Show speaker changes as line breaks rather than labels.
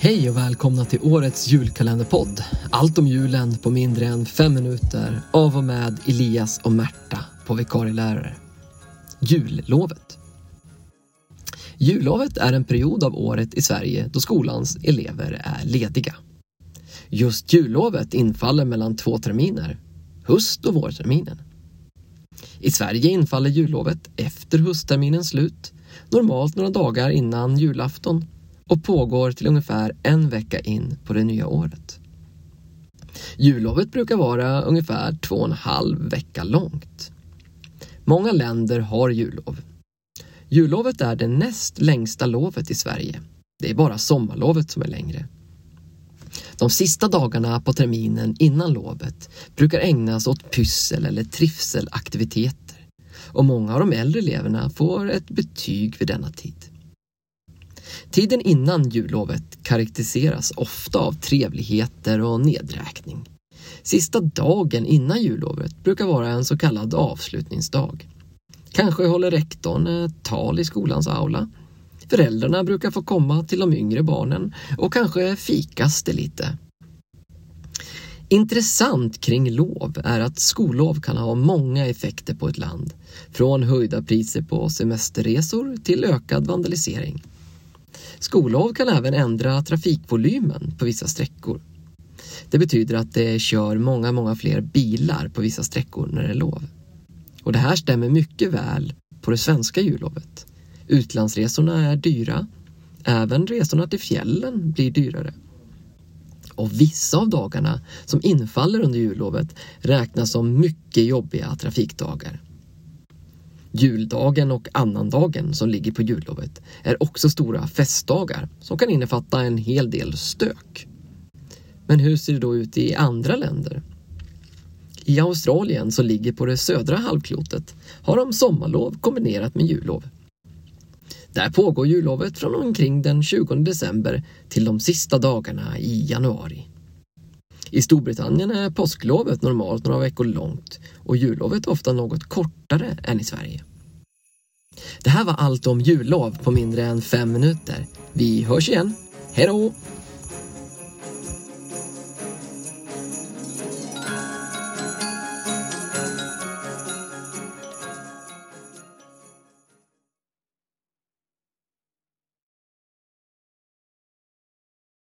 Hej och välkomna till årets julkalenderpodd. Allt om julen på mindre än 5 minuter av och med Elias och Märta på vikarielärare. Jullovet. Jullovet är en period av året i Sverige då skolans elever är lediga. Just jullovet infaller mellan 2 terminer, höst- och vårterminen. I Sverige infaller jullovet efter höstterminens slut, normalt några dagar innan julafton, och pågår till ungefär 1 vecka in på det nya året. Jullovet brukar vara ungefär 2,5 vecka långt. Många länder har jullov. Jullovet är det näst längsta lovet i Sverige. Det är bara sommarlovet som är längre. De sista dagarna på terminen innan lovet brukar ägnas åt pyssel eller trivselaktiviteter, och många av de äldre eleverna får ett betyg vid denna tid. Tiden innan jullovet karaktäriseras ofta av trevligheter och nedräkning. Sista dagen innan jullovet brukar vara en så kallad avslutningsdag. Kanske håller rektorn ett tal i skolans aula. Föräldrarna brukar få komma till de yngre barnen och kanske fikas det lite. Intressant kring lov är att skollov kan ha många effekter på ett land. Från höjda priser på semesterresor till ökad vandalisering. Skollov kan även ändra trafikvolymen på vissa sträckor. Det betyder att det kör många fler bilar på vissa sträckor när det är lov. Och det här stämmer mycket väl på det svenska jullovet. Utlandsresorna är dyra. Även resorna till fjällen blir dyrare. Och vissa av dagarna som infaller under jullovet räknas som mycket jobbiga trafikdagar. Juldagen och annandagen som ligger på jullovet är också stora festdagar som kan innefatta en hel del stök. Men hur ser det då ut i andra länder? I Australien, som ligger på det södra halvklotet, har de sommarlov kombinerat med jullov. Där pågår jullovet från omkring den 20 december till de sista dagarna i januari. I Storbritannien är påsklovet normalt några veckor långt och jullovet ofta något kortare än i Sverige. Det här var allt om jullov på mindre än 5 minuter. Vi hörs igen. Hej då!